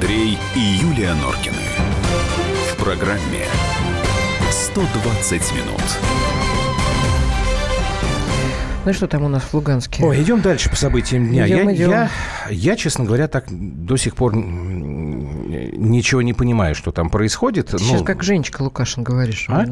Андрей и Юлия Норкины. В программе «120 минут». Ну что там у нас в Луганске? Ой, идем дальше по событиям дня. Идем. Я, честно говоря, так до сих пор ничего не понимаю, что там происходит. Сейчас как Женечка Лукашин говоришь. А?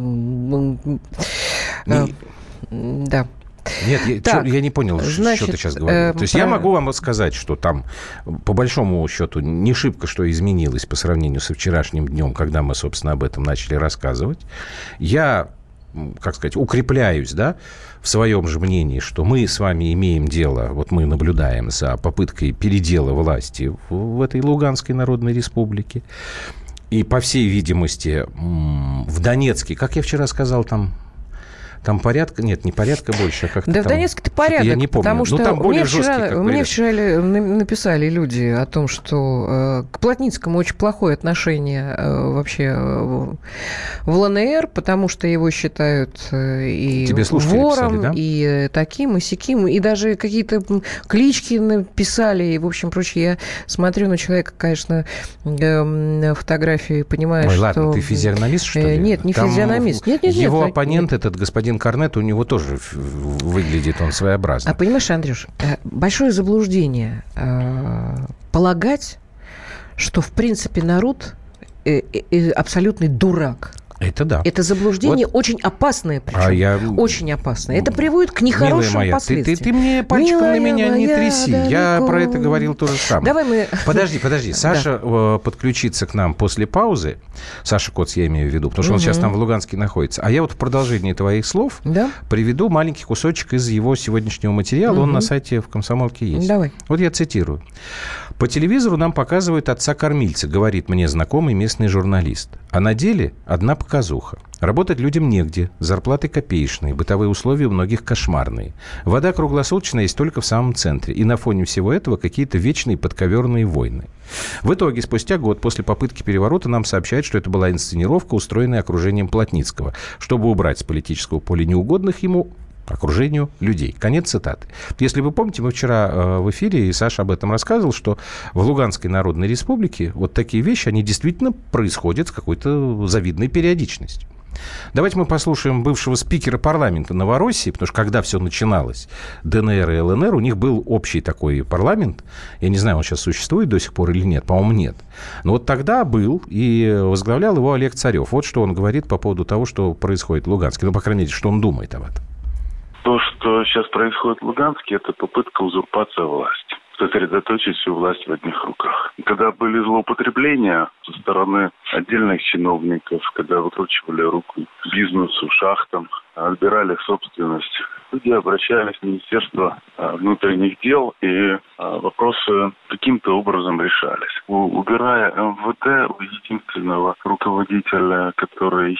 Да. Нет, я не понял, что ты сейчас говоришь. То есть я могу вам сказать, что там, по большому счету, не шибко что изменилось по сравнению со вчерашним днем, когда мы, собственно, об этом начали рассказывать. Я, как сказать, укрепляюсь, да, в своем же мнении, что мы с вами имеем дело, вот мы наблюдаем за попыткой передела власти в этой Луганской Народной Республике. И, по всей видимости, в Донецке, как я вчера сказал, там порядка... Нет, не порядка больше, а как-то да там... в Донецке-то порядок, я не помню. потому что там более жесткий, мне вчера написали люди о том, что к Плотницкому очень плохое отношение вообще в ЛНР, потому что его считают и вором, писали, да? И таким, и сяким, и даже какие-то клички написали, и, в общем, прочее. Я смотрю на человека, конечно, фотографии, понимаю, ой, что... ладно, ты физиогномист, что ли? Нет, не физиогномист. Нет, его оппонент, этот господин Корнет, у него тоже выглядит он своеобразно. А понимаешь, Андрюш, большое заблуждение полагать, что, в принципе, народ абсолютный дурак. Это да. Это заблуждение вот. Очень опасное, причем. Очень опасное. Это приводит к нехорошим моя, последствиям. Ты мне пальчиком на меня не тряси. Далеко. Я про это говорил то же самое. Давай мы... Подожди. Саша подключится к нам после паузы. Саша Коц, я имею в виду, потому что он сейчас там в Луганске находится. А я вот в продолжении твоих слов приведу маленький кусочек из его сегодняшнего материала. Он на сайте в «Комсомолке» есть. Давай. Вот я цитирую. По телевизору нам показывают отца-кормильца, говорит мне знакомый местный журналист. А на деле одна показуха. Работать людям негде, зарплаты копеечные, бытовые условия у многих кошмарные. Вода круглосуточная есть только в самом центре. И на фоне всего этого какие-то вечные подковерные войны. В итоге, спустя год после попытки переворота нам сообщают, что это была инсценировка, устроенная окружением Плотницкого, чтобы убрать с политического поля неугодных ему окружению людей. Конец цитаты. Если вы помните, мы вчера в эфире, и Саша об этом рассказывал, что в Луганской Народной Республике вот такие вещи, они действительно происходят с какой-то завидной периодичностью. Давайте мы послушаем бывшего спикера парламента Новороссии, потому что когда все начиналось, ДНР и ЛНР, у них был общий такой парламент. Я не знаю, он сейчас существует до сих пор или нет. По-моему, нет. Но вот тогда был, и возглавлял его Олег Царев. Вот что он говорит по поводу того, что происходит в Луганске. Ну, по крайней мере, что он думает об этом. То, что сейчас происходит в Луганске, это попытка узурпации власти. Сосредоточить всю власть в одних руках. Когда были злоупотребления со стороны отдельных чиновников, когда выкручивали руку бизнесу, шахтам, отбирали собственность, люди обращались в Министерство внутренних дел, и вопросы каким-то образом решались. Убирая МВД, у единственного руководителя, который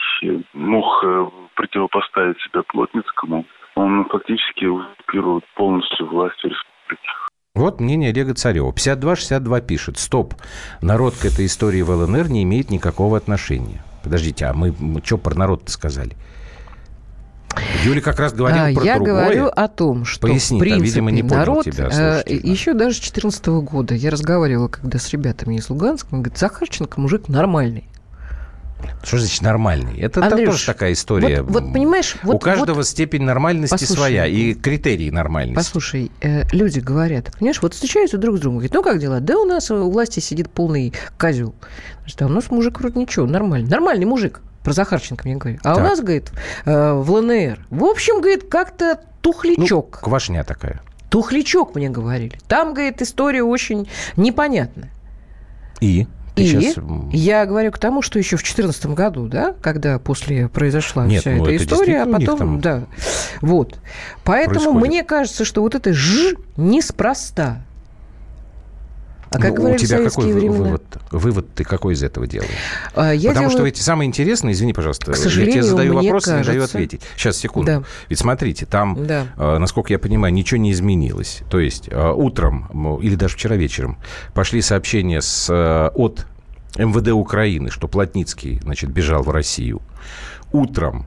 мог противопоставить себя Плотницкому, он фактически узурпирует полностью власть республики. Вот мнение Олега Царева. 5262 пишет. Стоп. Народ к этой истории в ЛНР не имеет никакого отношения. Подождите, а мы что про народ-то сказали? Юля как раз говорила про другое. Я говорю о том, что, поясни, в принципе, видимо, не народ тебя, еще даже с 2014 года, я разговаривала когда с ребятами из Луганска, он говорит, Захарченко мужик нормальный. Что значит нормальный? Это Андрюш, тоже такая история. Вот понимаешь... У каждого степень нормальности своя и критерии нормальности. Послушай, люди говорят, понимаешь, вот встречаются друг с другом, говорят, ну как дела? Да у нас у власти сидит полный козел. А у нас мужик вроде ничего, нормальный. Нормальный мужик. Про Захарченко мне говорит. А так. У нас, говорит, в ЛНР, в общем, говорит, как-то тухлячок. Ну, квашня такая. Тухлячок, мне говорили. Там, говорит, история очень непонятная. И сейчас... я говорю к тому, что еще в 2014 году, да, когда после произошла вся эта история, а потом, да, вот. Поэтому происходит. Мне кажется, что вот это неспроста. А как говорили в советские времена? Вывод ты какой из этого делаешь? Потому что эти самые интересные, извини, пожалуйста, к сожалению, я тебе задаю вопрос, кажется... не даю ответить. Сейчас, секунду. Да. Ведь смотрите, там, насколько я понимаю, ничего не изменилось. То есть утром или даже вчера вечером пошли сообщения от МВД Украины, что Плотницкий, значит, бежал в Россию. Утром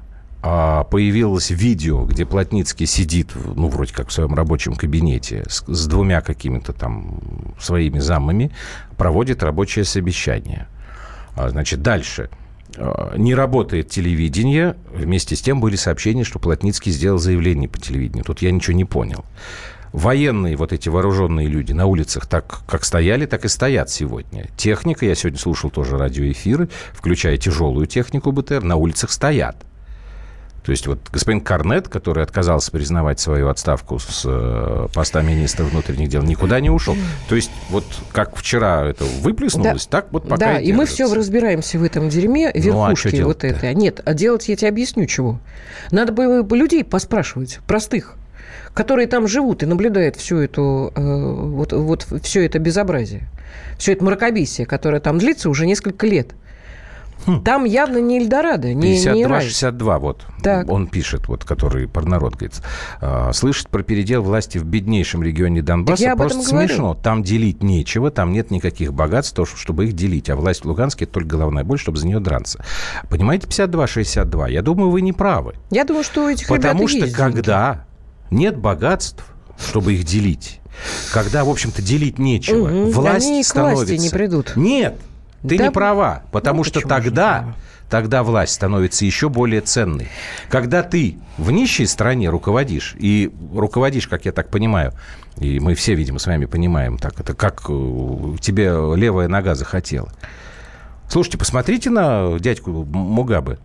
появилось видео, где Плотницкий сидит, ну, вроде как в своем рабочем кабинете с двумя какими-то там своими замами, проводит рабочее совещание. Значит, дальше. Не работает телевидение. Вместе с тем были сообщения, что Плотницкий сделал заявление по телевидению. Тут я ничего не понял. Военные, вот эти вооруженные люди на улицах так, как стояли, так и стоят сегодня. Техника, я сегодня слушал тоже радиоэфиры, включая тяжелую технику БТР, на улицах стоят. То есть вот господин Корнет, который отказался признавать свою отставку с поста министра внутренних дел, никуда не ушел. То есть вот как вчера это выплеснулось, так вот пока да, и держится. Мы все разбираемся в этом дерьме, верхушки вот это. Нет, а делать я тебе объясню чего. Надо бы людей поспрашивать, простых, которые там живут и наблюдают всю эту, вот все это безобразие, все это мракобесие, которое там длится уже несколько лет. Там явно не Эльдорадо, не рай. 52-62, вот, так. Он пишет, вот, который про народ говорит. Слышит про передел власти в беднейшем регионе Донбасса просто смешно. Там делить нечего, там нет никаких богатств, чтобы их делить. А власть в Луганске – это только головная боль, чтобы за нее драться. Понимаете, 52-62, я думаю, вы не правы. Я думаю, что у этих ребят есть деньги. Потому что когда нет богатств, чтобы их делить, когда, в общем-то, делить нечего, власть они становится... к власти не придут. Нет. Ты не права, потому что тогда власть становится еще более ценной. Когда ты в нищей стране руководишь, и руководишь, как я так понимаю, и мы все, видимо, с вами понимаем, так, это как тебе левая нога захотела. Слушайте, посмотрите на дядьку Мугабе.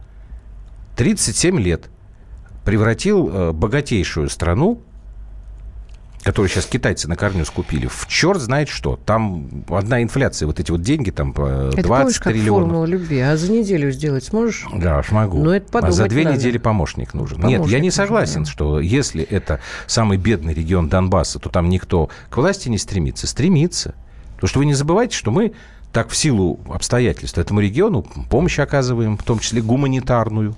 37 лет превратил богатейшую страну, которую сейчас китайцы на корню скупили, в черт знает что. Там одна инфляция, вот эти вот деньги, там 20 это помнишь, как триллионов. Формула любви. А за неделю сделать сможешь? Да, смогу. Но это а за 2 надо. недели помощник нужен. Нет, я не согласен, что если это самый бедный регион Донбасса, то там никто к власти не стремится. Стремится. Потому что вы не забывайте, что мы так в силу обстоятельств этому региону помощь оказываем, в том числе гуманитарную.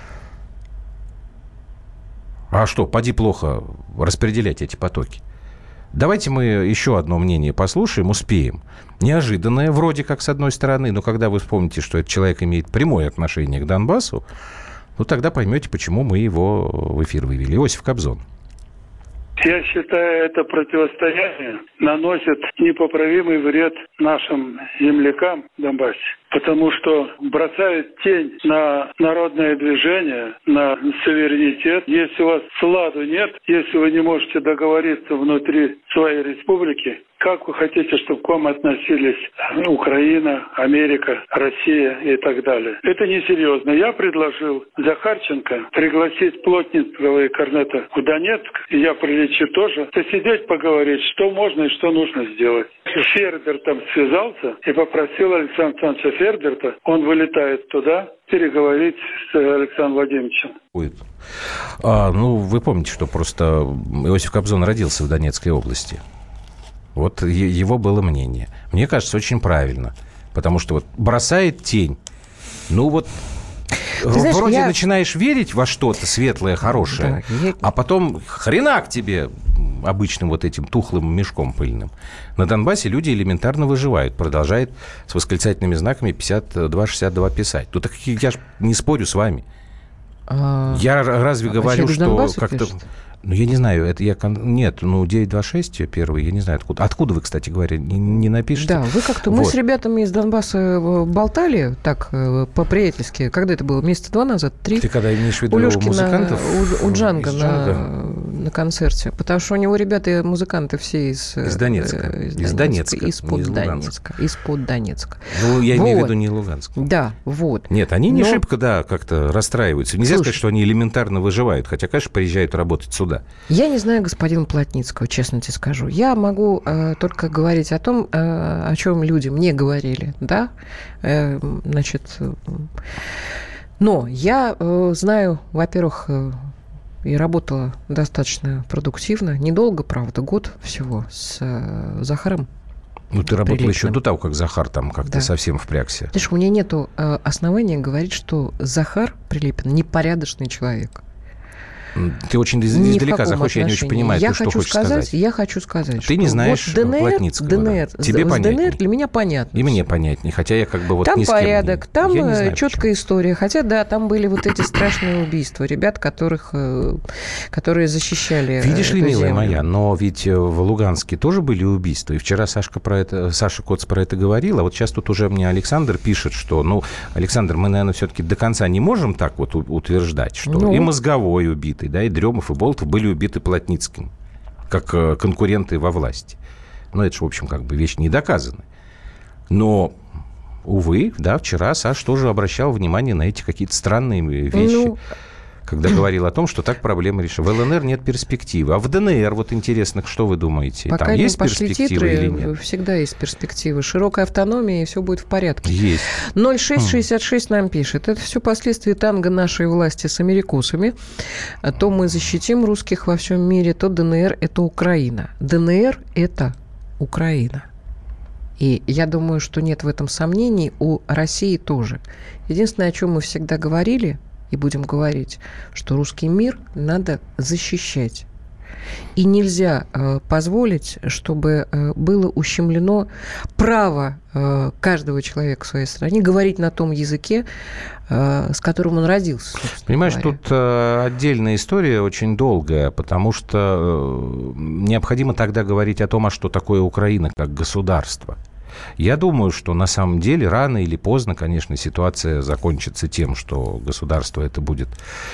А что, поди плохо распределять эти потоки. Давайте мы еще одно мнение послушаем, успеем. Неожиданное, вроде как, с одной стороны, но когда вы вспомните, что этот человек имеет прямое отношение к Донбассу, ну, тогда поймете, почему мы его в эфир вывели. Иосиф Кобзон. Я считаю, это противостояние наносит непоправимый вред нашим землякам в Донбассе, потому что бросает тень на народное движение, на суверенитет. Если у вас сладу нет, если вы не можете договориться внутри своей республики, как вы хотите, чтобы к вам относились Украина, Америка, Россия и так далее? Это несерьезно. Я предложил Захарченко пригласить Плотницкого и Корнета в Донецк, и я прилечу тоже, посидеть, поговорить, что можно и что нужно сделать. Фербер там связался и попросил Александра Александровича Ферберта, он вылетает туда, переговорить с Александром Владимировичем. Ну, вы помните, что просто Иосиф Кобзон родился в Донецкой области. Вот его было мнение. Мне кажется, очень правильно. Потому что вот бросает тень. Ну вот знаешь, вроде начинаешь верить во что-то светлое, хорошее, да, а потом хренак тебе обычным вот этим тухлым мешком пыльным. На Донбассе люди элементарно выживают. Продолжает с восклицательными знаками 52-62 писать. Ну так я же не спорю с вами. Я разве говорю, что как-то... Пишет? Ну, я не знаю, это я... Нет, 926 первый, я не знаю, откуда. Откуда вы, кстати говоря, не напишете? Да, вы как-то... Вот. Мы с ребятами из Донбасса болтали так по-приятельски. Когда это было? Месяца 2 назад? 3? Ты когда имеешь в виду музыкантов? У Джанга на концерте. Потому что у него ребята музыканты все из Донецка. Из Донецка. Из-под Донецка. Из-под Донецка. Ну, я имею в виду не Луганск. Да, вот. Нет, они не шибко, да, как-то расстраиваются. Нельзя сказать, что они элементарно выживают. Хотя, конечно, приезжают работать сюда. Я не знаю господина Плотницкого, честно тебе скажу. Я могу только говорить о том, о чем люди мне говорили, да, значит. Но я знаю, во-первых, и работала достаточно продуктивно, недолго, правда, год всего с Захаром. Ну, ты работала еще до того, как Захар там как-то совсем впрягся. Знаешь, у меня нету основания говорить, что Захар Прилепин непорядочный человек. Ты очень издалека заходишь, я не очень понимаю, ты что хочешь сказать. Я хочу сказать, ты не знаешь вот Плотницкого. ДНР, тебе понятнее. ДНР для меня понятно. И мне понятнее, хотя я как бы вот там ни с кем порядок, там четкая почему. история. Хотя, да, там были вот эти страшные убийства ребят, которые защищали Видишь ли, милая землю. моя, но ведь в Луганске тоже были убийства. И вчера Саша Коц про это говорил. А вот сейчас тут уже мне Александр пишет, что, Александр, мы, наверное, все-таки до конца не можем так вот утверждать, что и Мозговой убитый, да, и Дремов, и Болотов были убиты Плотницким, как конкуренты во власти. Это же, в общем, как бы вещь не доказана. Но, увы, да, вчера Саш тоже обращал внимание на эти какие-то странные вещи, когда говорил о том, что так проблема решена. В ЛНР нет перспективы. А в ДНР, вот интересно, что вы думаете? Пока там есть пошли перспективы титры, или нет? Всегда есть перспективы. Широкая автономия, и все будет в порядке. Есть. 0666 нам пишет. Это все последствия танго нашей власти с америкосами. То мы защитим русских во всем мире, то ДНР – это Украина. ДНР – это Украина. И я думаю, что нет в этом сомнений, у России тоже. Единственное, о чем мы всегда говорили и будем говорить, что русский мир надо защищать. И нельзя позволить, чтобы было ущемлено право каждого человека в своей стране говорить на том языке, с которым он родился. Понимаешь, тут отдельная история, очень долгая, потому что необходимо тогда говорить о том, а что такое Украина как государство. Я думаю, что на самом деле рано или поздно, конечно, ситуация закончится тем, что государство это будет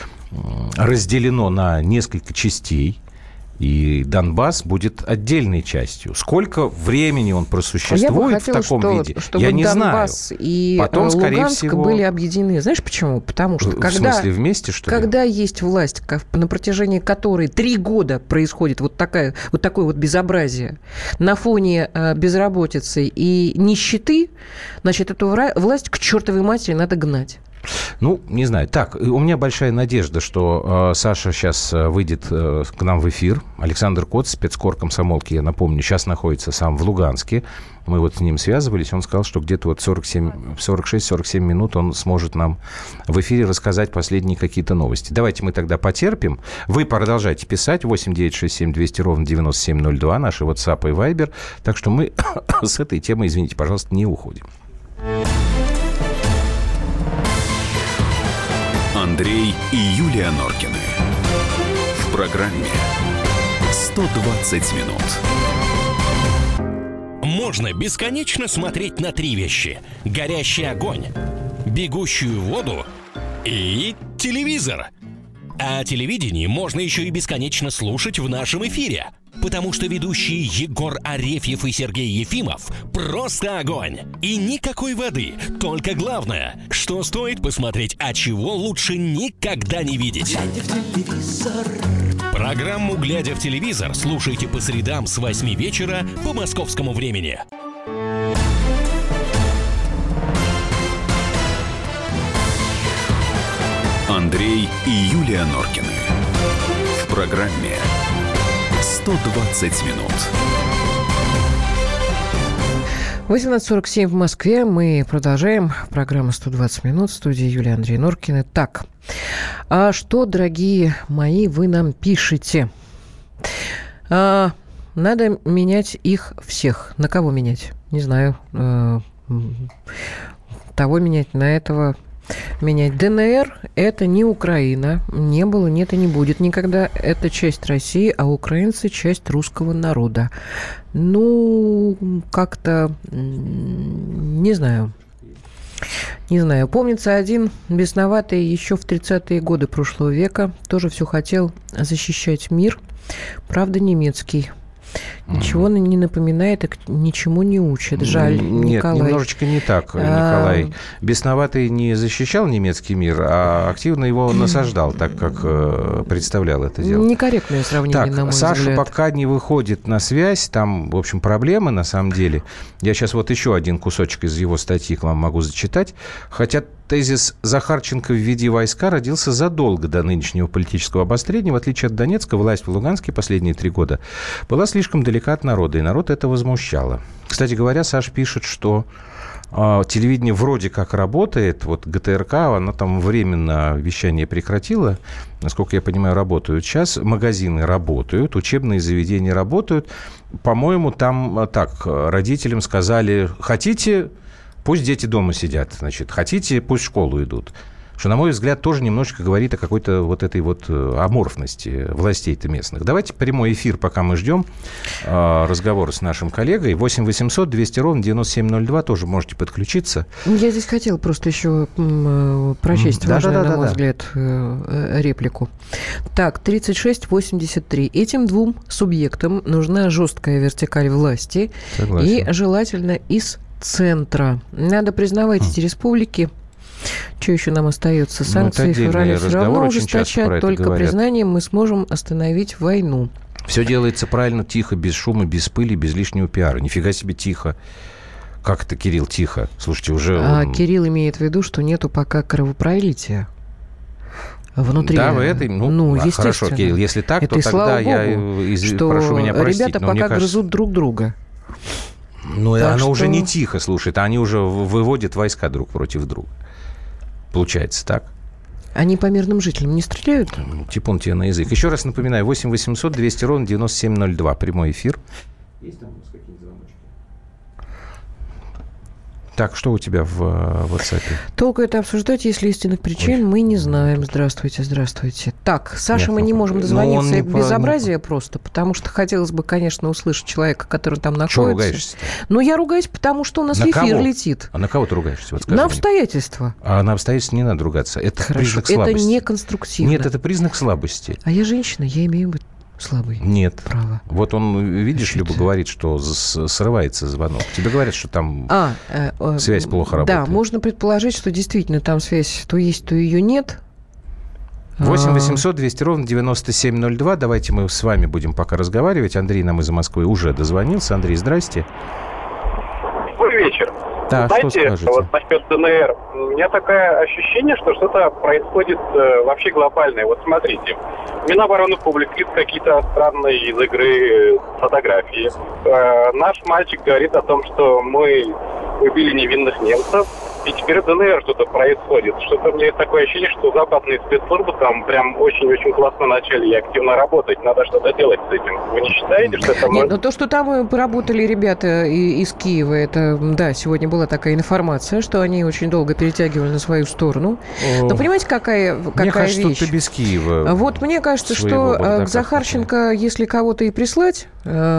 разделено на несколько частей, и Донбасс будет отдельной частью. Сколько времени он просуществует в таком виде, я не Донбасс знаю. И потом, скорее Луганск всего, были объединены. Знаешь почему? Потому что в смысле, вместе, что ли? Когда есть власть, на протяжении которой 3 года происходит вот такое вот безобразие на фоне безработицы и нищеты, значит, эту власть к чертовой матери надо гнать. Не знаю. Так, у меня большая надежда, что Саша сейчас выйдет к нам в эфир. Александр Коц, спецкор комсомолки, я напомню, сейчас находится сам в Луганске. Мы вот с ним связывались. Он сказал, что где-то вот 46-47 минут он сможет нам в эфире рассказать последние какие-то новости. Давайте мы тогда потерпим. Вы продолжайте писать. 8-967-200-97-02. Наши WhatsApp и Viber. Так что мы с этой темы, извините, пожалуйста, не уходим. Андрей и Юлия Норкины. В программе 120 минут. Можно бесконечно смотреть на 3 вещи. Горящий огонь, бегущую воду и телевизор. А телевидение можно еще и бесконечно слушать в нашем эфире. Потому что ведущие Егор Арефьев и Сергей Ефимов просто огонь. И никакой воды. Только главное, что стоит посмотреть, а чего лучше никогда не видеть. Глядя в телевизор. Программу «Глядя в телевизор» слушайте по средам с 8 вечера по московскому времени. Андрей и Юлия Норкины. В программе 120 минут. 18:47 в Москве. Мы продолжаем программу «120 минут» в студии Юлия Андрей Норкины. Так, а что, дорогие мои, вы нам пишете? Надо менять их всех. На кого менять? Не знаю. Того менять, на этого менять. ДНР – это не Украина. Не было, нет и не будет никогда. Это часть России, а украинцы – часть русского народа. Как-то не знаю. Не знаю. Помнится, один бесноватый еще в 30-е годы прошлого века тоже все хотел защищать мир. Правда, немецкий. Ничего не напоминает и ничему не учит. Жаль, Нет, Николай. немножечко не так, Николай. Бесноватый не защищал немецкий мир, а активно его насаждал, так как представлял это дело. Некорректное сравнение, на мой взгляд. Саша пока не выходит на связь. Там, в общем, проблемы на самом деле. Я сейчас вот еще один кусочек из его статьи к вам могу зачитать. Хотят тезис «Захарченко введи войска» родился задолго до нынешнего политического обострения. В отличие от Донецка, власть в Луганске последние 3 года была слишком далека от народа, и народ это возмущало. Кстати говоря, Саш пишет, что телевидение вроде как работает. Вот ГТРК, она там временно вещание прекратила. Насколько я понимаю, работают сейчас. Магазины работают, учебные заведения работают. По-моему, там так, родителям сказали, хотите, пусть дети дома сидят, значит, хотите, пусть в школу идут. Что, на мой взгляд, тоже немножечко говорит о какой-то вот этой вот аморфности властей-то местных. Давайте прямой эфир, пока мы ждем разговора с нашим коллегой. 8 800 200 ровно 9702, тоже можете подключиться. Я здесь хотела просто еще прочесть важную, на мой взгляд, реплику. Так, 3683. Этим 2 субъектам нужна жесткая вертикаль власти. Согласен. И желательно из центра. Надо признавать эти республики. Что еще нам остается? Санкции в феврале все равно ужесточат. Только признанием мы сможем остановить войну. Все делается правильно, тихо, без шума, без пыли, без лишнего пиара. Нифига себе тихо. Как это, Кирилл, тихо? Слушайте, уже... Кирилл имеет в виду, что нету пока кровопролития внутри. Да, в этой... естественно. Хорошо, Кирилл, если так, это, то тогда я прошу меня простить. Ребята пока грызут друг друга. Оно уже не тихо, слушай, они уже выводят войска друг против друга. Получается так. Они по мирным жителям не стреляют? Типун тебе на язык. Еще раз напоминаю, 8 800 200 ровно 9702. Прямой эфир. Есть там какие-то звоночки? Так, что у тебя в WhatsApp? Толку это обсуждать, если истинных причин мы не знаем. Здравствуйте, здравствуйте. Так, Саша, мы не можем дозвониться. Безобразие просто, потому что хотелось бы, конечно, услышать человека, который там находится. Что ругаешься? Я ругаюсь, потому что у нас эфир летит. А на кого ты ругаешься? Вот на обстоятельства. А на обстоятельства не надо ругаться. Это признак слабости. Это не конструктивно. Нет, это признак слабости. А я женщина, я имею быть слабый. Нет. Право. Вот он, видишь, Люба говорит, что срывается звонок. Тебе говорят, что там связь плохо работает. Да, можно предположить, что действительно там связь то есть, то ее нет. 8 800 200 ровно 9702. Давайте мы с вами будем пока разговаривать. Андрей нам из Москвы уже дозвонился. Андрей, здрасте. Добрый вечер. Да, знаете, вот насчет ДНР, у меня такое ощущение, что что-то происходит вообще глобальное. Вот смотрите, Минобороны публикует какие-то странные из игры фотографии. Наш мальчик говорит о том, что мы убили невинных немцев, и теперь в ДНР что-то происходит. Что-то у меня есть такое ощущение, что западные спецслужбы там прям очень-очень классно начали и активно работать. Надо что-то делать с этим. Вы не считаете, что это... Нет, но то, что там поработали ребята из Киева, это, да, сегодня была такая информация, что они очень долго перетягивали на свою сторону. Но понимаете, какая мне кажется, вещь? Что ты без Киева. Вот мне кажется, что к Захарченко, если кого-то и прислать...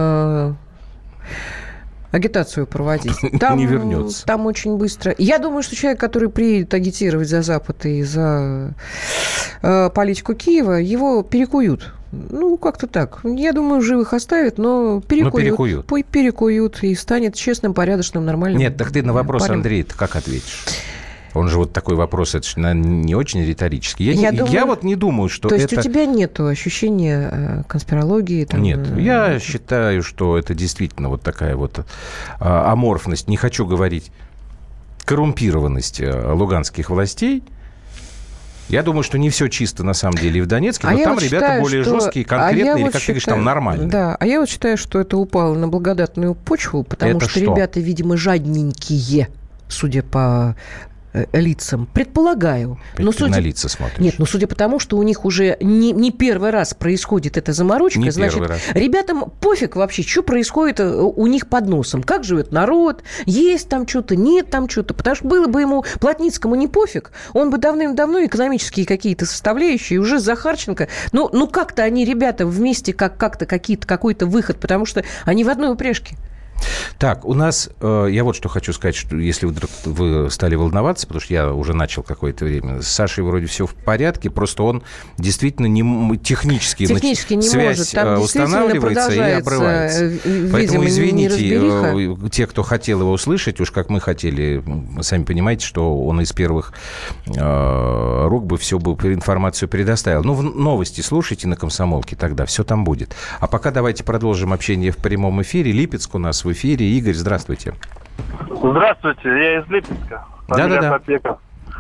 агитацию проводить. Там, не вернется. Там очень быстро. Я думаю, что человек, который приедет агитировать за Запад и за политику Киева, его перекуют. Как-то так. Я думаю, живых оставят, но перекуют. Перекуют и станет честным, порядочным, нормальным. Нет, так ты на вопрос, парень. Андрей, ты как ответишь? Он же вот такой вопрос, это не очень риторический. Я вот не думаю, что это... То есть у тебя нет ощущения конспирологии? Там... Нет, я считаю, что это действительно вот такая вот аморфность, не хочу говорить, коррумпированность луганских властей. Я думаю, что не все чисто на самом деле и в Донецке, но там ребята более жесткие, конкретные, или, как ты говоришь, там нормальные. Да, а я вот считаю, что это упало на благодатную почву, потому что ребята, видимо, жадненькие, судя по... лицам. Предполагаю. Но ты на лица смотришь. Нет, судя по тому, что у них уже не первый раз происходит эта заморочка, значит, ребятам пофиг вообще, что происходит у них под носом. Как живет народ, есть там что-то, нет там что-то. Потому что было бы ему, Плотницкому, не пофиг, он бы давным-давно экономические какие-то составляющие уже Захарченко. Как-то они, ребята, вместе как-то какой-то выход, потому что они в одной упряжке. Так, у нас, я вот что хочу сказать, что если вдруг вы стали волноваться, потому что я уже начал какое-то время, с Сашей вроде все в порядке, просто он действительно технически не связь может. Там устанавливается и обрывается. Поэтому извините, те, кто хотел его услышать, уж как мы хотели, вы сами понимаете, что он из первых рук бы всю информацию предоставил. Новости слушайте на «Комсомолке», тогда все там будет. А пока давайте продолжим общение в прямом эфире. Липецк у нас в эфире. Игорь, здравствуйте. Здравствуйте, я из Липецка. Да.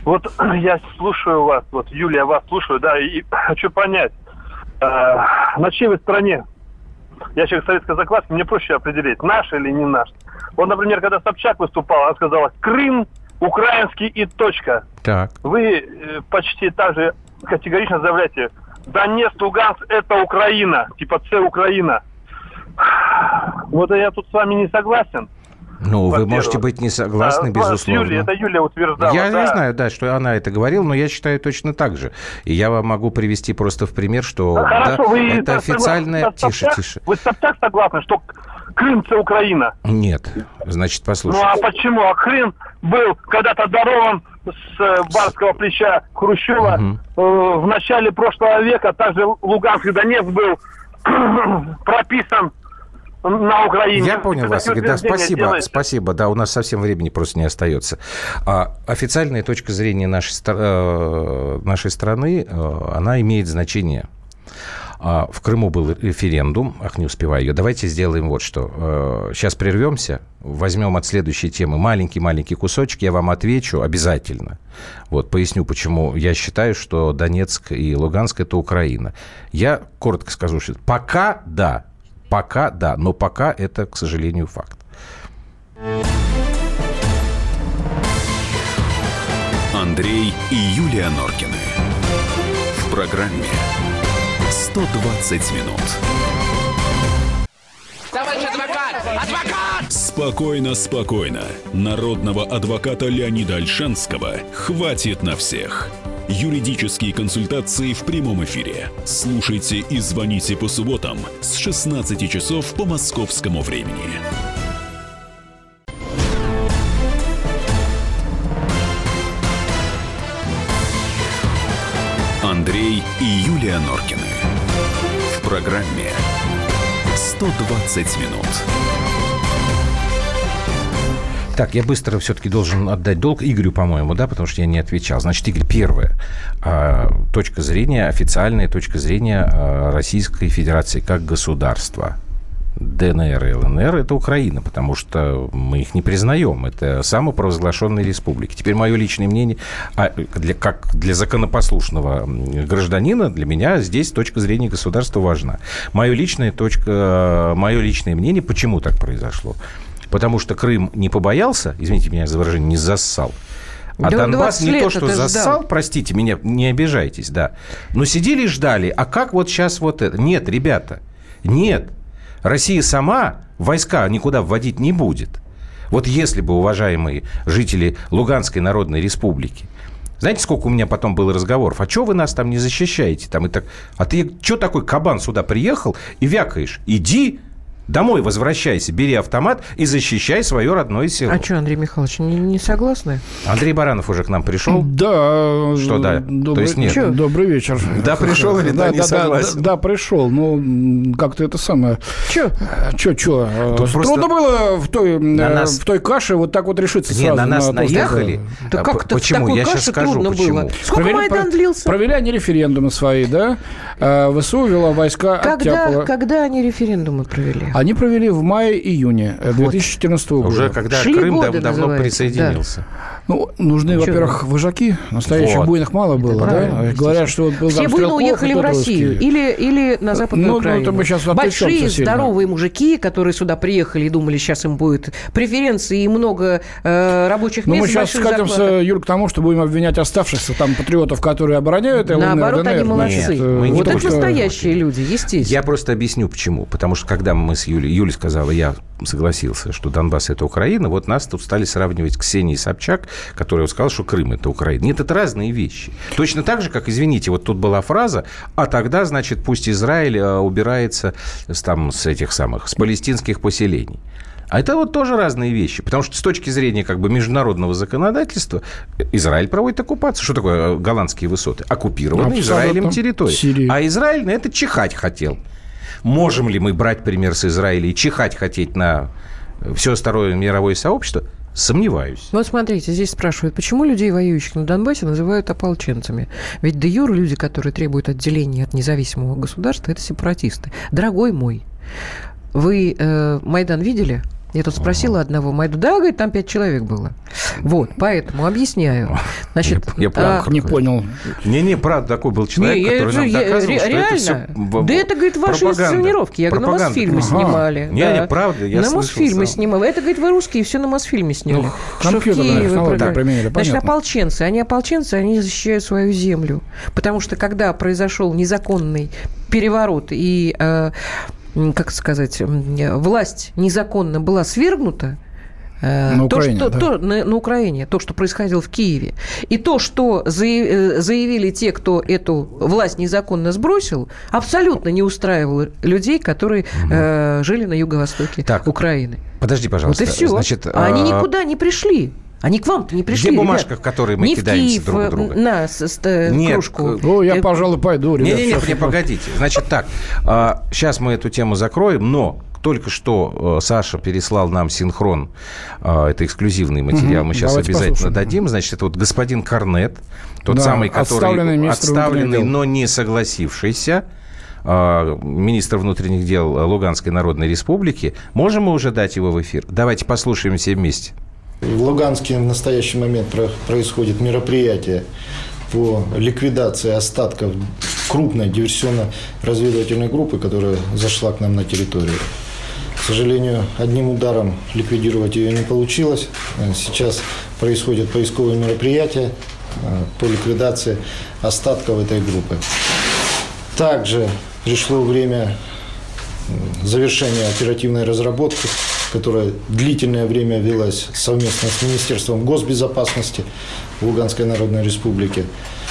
Вот я слушаю вас, вот, Юлия, вас слушаю, да, и хочу понять, на чьей вы стороне? Я человек советской закваски, мне проще определить, наш или не наш. Вот, например, когда Собчак выступал, она сказала: Крым украинский и точка. Так. Вы почти так же категорично заявляете: Донецк, Луганск – это Украина, типа С Украина. Вот я тут с вами не согласен. Ну, вы можете быть не согласны, безусловно. Юлия, это Юлия утверждала. Я знаю, да, что она это говорила, но я считаю точно так же. И я вам могу привести просто в пример, что хорошо, да, вы это официальная... Тише. Вы так согласны, что Крым – это Украина? Нет. Значит, послушайте. Ну, а почему? А Крым был когда-то дарован с барского плеча Хрущева в начале прошлого века. Также Луганск и Донецк был прописан на Украине. Я понял вас, Игорь. Да, спасибо. Да, у нас совсем времени просто не остается. Официальная точка зрения нашей страны, она имеет значение. В Крыму был референдум. Не успеваю ее. Давайте сделаем вот что. Сейчас прервемся, возьмем от следующей темы маленький кусочек, я вам отвечу обязательно. Вот, поясню, почему я считаю, что Донецк и Луганск – это Украина. Я коротко скажу, что пока да, но пока это, к сожалению, факт. Андрей и Юлия Норкины. В программе «120 минут». Товарищ адвокат! Адвокат! Спокойно. Народного адвоката Леонида Ольшанского хватит на всех. Юридические консультации в прямом эфире. Слушайте и звоните по субботам с 16 часов по московскому времени. Андрей и Юлия Норкины. В программе «120 минут». Так, я быстро все-таки должен отдать долг Игорю, по-моему, да, потому что я не отвечал. Значит, Игорь, первое. Точка зрения, официальная точка зрения Российской Федерации как государства. ДНР и ЛНР – это Украина, потому что мы их не признаем. Это самопровозглашенные республики. Теперь мое личное мнение, как для законопослушного гражданина, для меня здесь точка зрения государства важна. Мое личное мнение, почему так произошло. Потому что Крым не побоялся, извините меня за выражение, не зассал. А Донбасс не то, что зассал, простите меня, не обижайтесь, да. Но сидели и ждали. А как вот сейчас вот это? Нет, ребята, нет. Россия сама войска никуда вводить не будет. Вот если бы, уважаемые жители Луганской Народной Республики, знаете, сколько у меня потом было разговоров? А что вы нас там не защищаете? Там и так... А ты что такой кабан сюда приехал и вякаешь? Иди домой, возвращайся, бери автомат и защищай свое родное село. А что, Андрей Михайлович, не согласны? Андрей Баранов уже к нам пришел? Да. Что да? То есть нет? Добрый вечер. Да, пришел или да, не согласен? Да, пришел. Ну, как-то это самое... Че? Трудно было в той каше вот так вот решиться сразу. Не, на нас наехали. Да как-то почему? Я сейчас скажу, почему. Сколько Майдан длился? Провели они референдумы свои, да? ВСУ ввела войска оттяпала. Когда они референдумы провели? Они провели в мае-июне 2014 года. Уже когда Крым давно присоединился. Да. Ну, нужны, во-первых, вожаки. Настоящих буйных мало было, да? Говорят, что был все буйно уехали в Россию или на Западную Украину. Мы сейчас большие, здоровые мужики, которые сюда приехали и думали, сейчас им будет преференции и много рабочих мест. Но мы сейчас скатимся, Юр, к тому, что будем обвинять оставшихся там патриотов, которые обороняют ЛНР, наоборот, ДНР. они молодцы. Вот это настоящие люди, естественно. Я просто объясню, почему. Потому что, когда мы с Юлей сказала, я согласился, что Донбасс – это Украина, вот нас тут стали сравнивать с Ксенией Собчак, которая сказала, что Крым – это Украина. Нет, это разные вещи. Точно так же, как, извините, вот тут была фраза, а тогда, значит, пусть Израиль убирается с палестинских поселений. А это вот тоже разные вещи. Потому что с точки зрения как бы международного законодательства Израиль проводит оккупацию. Что такое голландские высоты? Оккупированные Израилем территории. А Израиль на это чихать хотел. Можем ли мы брать пример с Израиля и чихать хотеть на все второе мировое сообщество? Сомневаюсь. Вот смотрите, здесь спрашивают, почему людей, воюющих на Донбассе, называют ополченцами? Ведь де юре люди, которые требуют отделения от независимого государства, это сепаратисты. Дорогой мой, вы Майдан видели? Я тут спросила одного Майду. Да, говорит, там 5 человек было. Вот, поэтому объясняю. Значит, я не понял. Не, правда, такой был человек, который нам доказывал, что это все да это, говорит, ваши инсценировки. Я говорю, на Мосфильме снимали. Не, правда, я слышал. На Мосфильме снимали. Это, говорит, вы русские, все на Мосфильме сняли. Компьютерные технологии применили, значит, ополченцы, они защищают свою землю. Потому что, когда произошел незаконный переворот и, как сказать, власть незаконно была свергнута, на Украине, то, что происходило в Киеве, и то, что заявили те, кто эту власть незаконно сбросил, абсолютно не устраивало людей, которые жили на юго-востоке Украины. Подожди, пожалуйста. Вот и все. Значит, они никуда не пришли. Они к вам-то не пришли. Где бумажка, в которой мы кидаемся друг в друга? На кружку. Я, пожалуй, пойду, ребят. Не, погодите. Значит так, сейчас мы эту тему закроем, но только что Саша переслал нам синхрон. Это эксклюзивный материал. Мы сейчас обязательно дадим. Значит, это вот господин Корнет, тот самый, который отставленный, но не согласившийся, министр внутренних дел Луганской Народной Республики. Можем мы уже дать его в эфир? Давайте послушаем все вместе. В Луганске в настоящий момент происходит мероприятие по ликвидации остатков крупной диверсионно-разведывательной группы, которая зашла к нам на территорию. К сожалению, одним ударом ликвидировать ее не получилось. Сейчас происходят поисковые мероприятия по ликвидации остатков этой группы. Также пришло время завершения оперативной разработки, которая длительное время велась совместно с Министерством госбезопасности Луганской Народной Республики.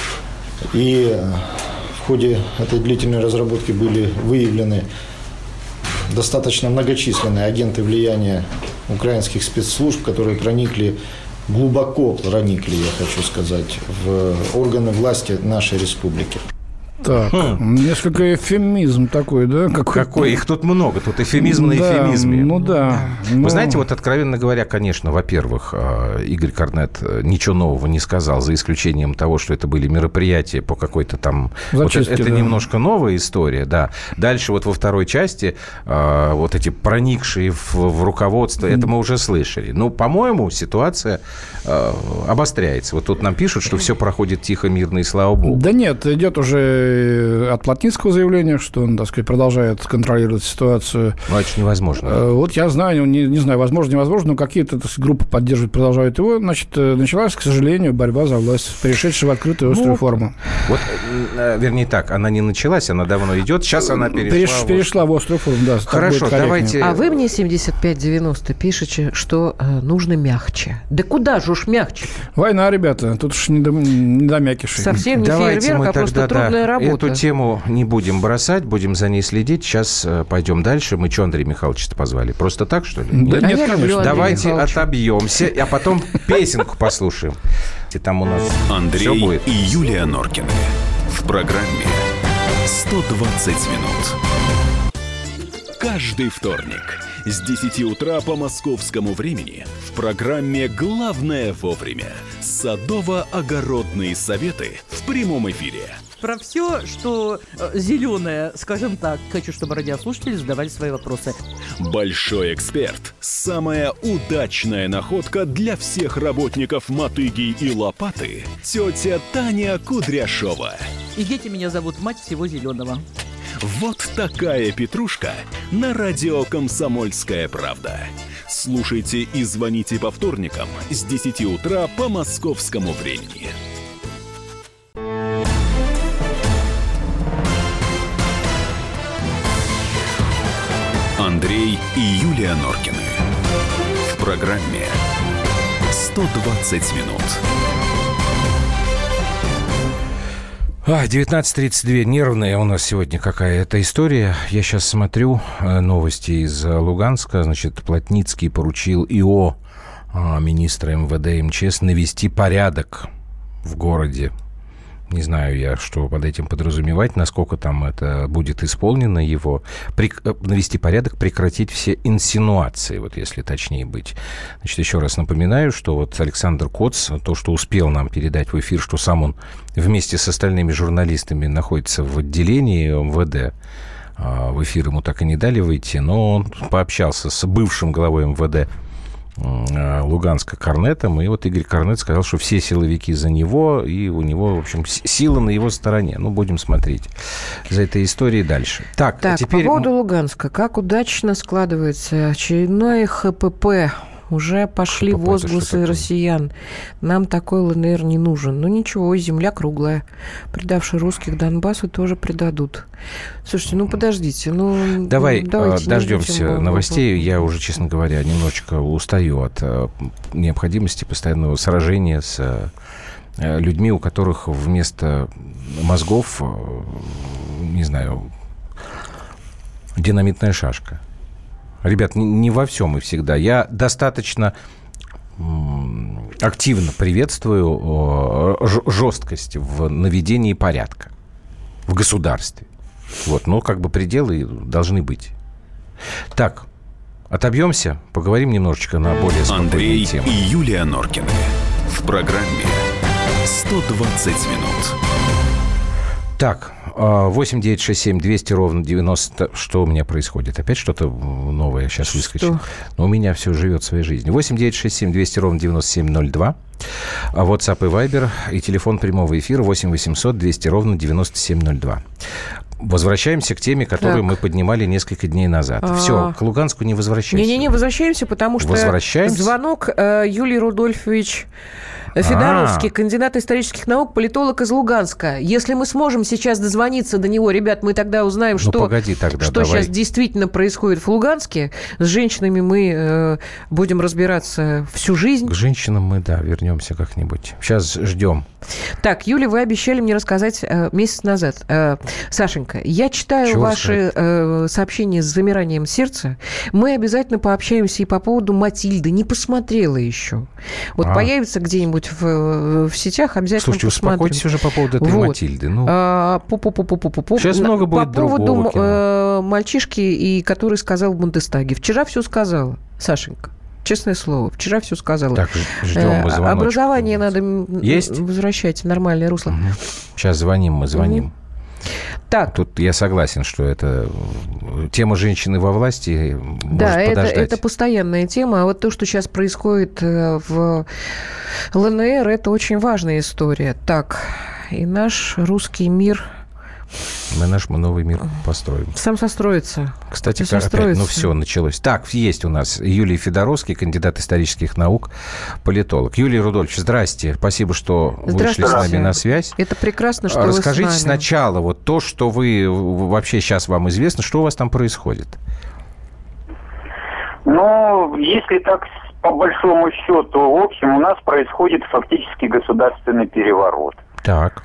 И в ходе этой длительной разработки были выявлены достаточно многочисленные агенты влияния украинских спецслужб, которые глубоко проникли, я хочу сказать, в органы власти нашей республики. Так, несколько эвфемизм такой, да? Какой? Их тут много, тут эвфемизм на эвфемизме. Ну да. Вы знаете, вот откровенно говоря, конечно, во-первых, Игорь Корнет ничего нового не сказал, за исключением того, что это были мероприятия по какой-то там... Зачистки, это немножко новая история, да. Дальше вот во второй части вот эти проникшие в руководство, это мы уже слышали. Ну, по-моему, ситуация обостряется. Вот тут нам пишут, что все проходит тихо, мирно и слава богу. Да нет, идет уже от Плотницкого заявления, что он, так сказать, продолжает контролировать ситуацию. Ну, это же невозможно. Вот я знаю, не знаю, возможно, невозможно, но какие-то группы поддерживают, продолжают его. Значит, началась, к сожалению, борьба за власть, перешедшая в открытую острую форму. Вот, вернее так, она не началась, она давно идет, сейчас она перешла в острую форму, да. Хорошо, давайте... А вы мне 7590 пишете, что нужно мягче. Да куда же уж мягче? Война, ребята, тут уж не до мякишей. Совсем не фейерверк, а просто трудная работа. Эту тему не будем бросать, будем за ней следить. Сейчас пойдем дальше. Мы что, Андрея Михайловича позвали? Просто так, что ли? Да нет, конечно. Давайте отобьемся, а потом песенку послушаем. И там у нас Андрей и Юлия Норкины. В программе «120 минут». Каждый вторник с 10 утра по московскому времени в программе «Главное вовремя» садово-огородные советы в прямом эфире. Про все, что зеленое, скажем так, хочу, чтобы радиослушатели задавали свои вопросы. Большой эксперт. Самая удачная находка для всех работников мотыги и лопаты. Тетя Таня Кудряшова. И дети меня зовут мать всего зеленого. Вот такая петрушка на радио «Комсомольская правда». Слушайте и звоните по вторникам с 10 утра по московскому времени. Андрей и Юлия Норкины. В программе «120 минут». 19:32. Нервная у нас сегодня какая-то история. Я сейчас смотрю новости из Луганска. Значит, Плотницкий поручил ИО министра МВД и МЧС навести порядок в городе. Не знаю я, что под этим подразумевать, насколько там это будет исполнено его. Навести порядок, прекратить все инсинуации, вот если точнее быть. Значит, еще раз напоминаю, что вот Александр Коц, то, что успел нам передать в эфир, что сам он вместе с остальными журналистами находится в отделении МВД, В эфир ему так и не дали выйти, но он пообщался с бывшим главой МВД Луганска Корнетом, и вот Игорь Корнет сказал, что все силовики за него, и у него, в общем, сила на его стороне. Ну, будем смотреть за этой историей дальше. Так, а теперь... по поводу Луганска. Как удачно складывается очередной ХПП. Уже пошли возгласы россиян. Нам такой ЛНР не нужен. Ну ничего, земля круглая. Предавшие русских Донбассу тоже предадут. Слушайте, ну подождите. Давайте дождемся новостей. Я уже, честно говоря, немножечко устаю от необходимости постоянного сражения с людьми, у которых вместо мозгов, не знаю, динамитная шашка. Ребят, не во всем и всегда. Я достаточно активно приветствую жесткость в наведении порядка в государстве. Вот, но как бы пределы должны быть. Так, отобьемся, поговорим немножечко на более спокойные темы. Андрей и Юлия Норкины. В программе «120 минут». Так, 8-967-200-90... Что у меня происходит? Опять что-то новое сейчас выскочит? Но у меня все живет своей жизнью. 8-967-200-97-02. WhatsApp и Viber. И телефон прямого эфира 8-800-200-97-02. Возвращаемся к теме, которую мы поднимали несколько дней назад. Все, к Луганску не возвращаемся. Не возвращаемся, потому что звонок Юлий Рудольфович Федоровский, кандидат исторических наук, политолог из Луганска. Если мы сможем сейчас дозвониться до него, ребят, мы тогда узнаем, что сейчас действительно происходит в Луганске. С женщинами мы будем разбираться всю жизнь. К женщинам мы, вернемся как-нибудь. Сейчас ждем. Так, Юля, вы обещали мне рассказать месяц назад. Сашенька, я читаю ваши сообщения с замиранием сердца. Мы обязательно пообщаемся и по поводу Матильды. Не посмотрела еще. Вот появится где-нибудь в сетях, обязательно посмотрим. Слушайте, успокойтесь уже по поводу этой Матильды. Сейчас много будет другого кино. По поводу мальчишки, который сказал в Бундестаге. Вчера все сказала, Сашенька. Честное слово, вчера все сказала. Так, ждем мы звоночек. Образование надо возвращать в нормальное русло. Сейчас звоним. Так. Тут я согласен, что это тема женщины во власти может подождать. Это постоянная тема. А вот то, что сейчас происходит в ЛНР, это очень важная история. Так, и наш русский мир... Мы новый мир построим. Сам состроится. Кстати, опять, все, началось. Так, есть у нас Юлий Федоровский, кандидат исторических наук, политолог. Юлий Рудольфович, здрасте. Спасибо, что вышли с нами на связь. Это прекрасно, что Расскажите вы с нами. сначала вот то, что вы вообще сейчас вам известно, что у вас там происходит. Если так по большому счету, в общем, у нас происходит фактически государственный переворот. Так.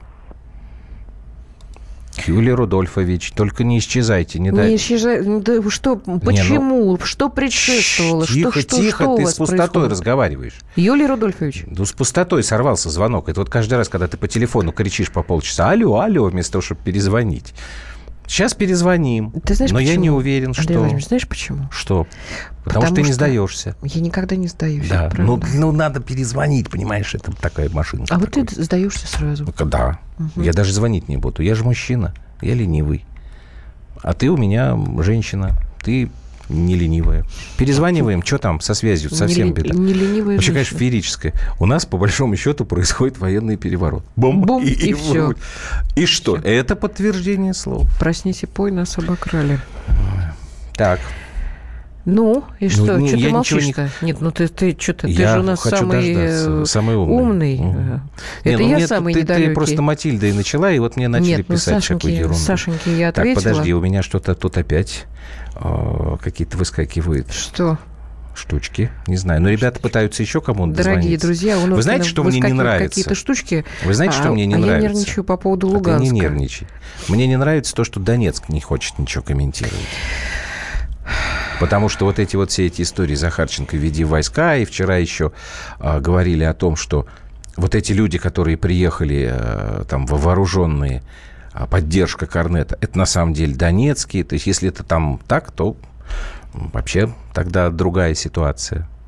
Юлий Рудольфович, только не исчезайте. Не исчезайте. Да что? Почему? Что предшествовало? Тихо, что ты с пустотой разговариваешь. Юлий Рудольфович. С пустотой сорвался звонок. Это вот каждый раз, когда ты по телефону кричишь по полчаса «Алло», вместо того, чтобы перезвонить. Сейчас перезвоним. Ты знаешь, но почему? Я не уверен, Андрей Владимирович, знаешь почему? Что? Потому что ты не сдаешься. Я никогда не сдаюсь. Да. Надо перезвонить, понимаешь, это такая машинка. А вот ты сдаешься сразу. Да. Угу. Я даже звонить не буду. Я же мужчина, я ленивый. А ты у меня женщина, ты не ленивая. Перезваниваем, что там со связью, совсем беда. Не ленивая вообще, конечно, феерическая. У нас, по большому счету, происходит военный переворот. Бум, и все. И что? Это подтверждение слов. Проснись и пой, нас обокрали. Так. И что? Что ты молчишь-то? Нет, ты что-то... Ты же у нас самый умный. Это я самый недалекий. Ты просто Матильдой начала, и вот мне начали писать всякую ерунду. Сашеньке я ответила. Так, подожди, у меня что-то тут опять какие-то выскакивают. Что? Штучки. Не знаю. Но ребята пытаются еще кому-то дозвониться. Дорогие друзья, у нас вы знаете, что мне не нравится? Какие-то штучки. Вы знаете, что мне не нравится? Я нервничаю по поводу Луганска. Ты не нервничай. Мне не нравится то, что Донецк не хочет ничего комментировать. Потому что все эти истории Захарченко «Веди войска», и вчера еще говорили о том, что вот эти люди, которые приехали там вооруженные, поддержка Корнета, это на самом деле донецкие. То есть если это там так, то вообще тогда другая ситуация.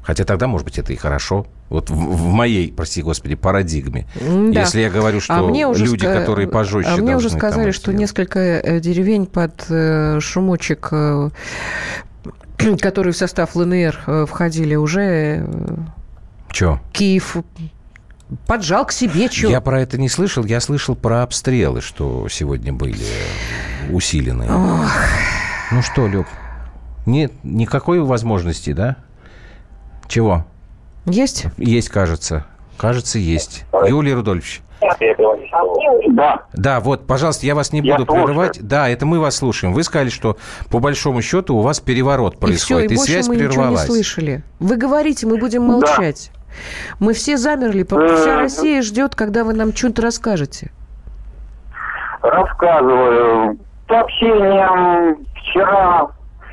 Хотя тогда, может быть, это и хорошо. Вот в моей, прости господи, парадигме. Да. Если я говорю, что люди, которые пожестче должны... мне уже сказали, что несколько деревень под шумочек, которые в состав ЛНР входили, уже... Чё? Киев поджал к себе. Чё? Я про это не слышал. Я слышал про обстрелы, что сегодня были усиленные. Ох. Ну что, Люб, нет никакой возможности, да? Чего? Есть? Есть, кажется. Кажется, есть. Юлий Рудольфович. Да. Да, вот, пожалуйста, я вас не буду прерывать. Да, это мы вас слушаем. Вы сказали, что по большому счету у вас переворот происходит, и связь прервалась. И больше мы ничего не слышали. Вы говорите, мы будем молчать. Да. Мы все замерли, вся Россия ждет, когда вы нам что-то расскажете. Рассказываю. Сообщением вчера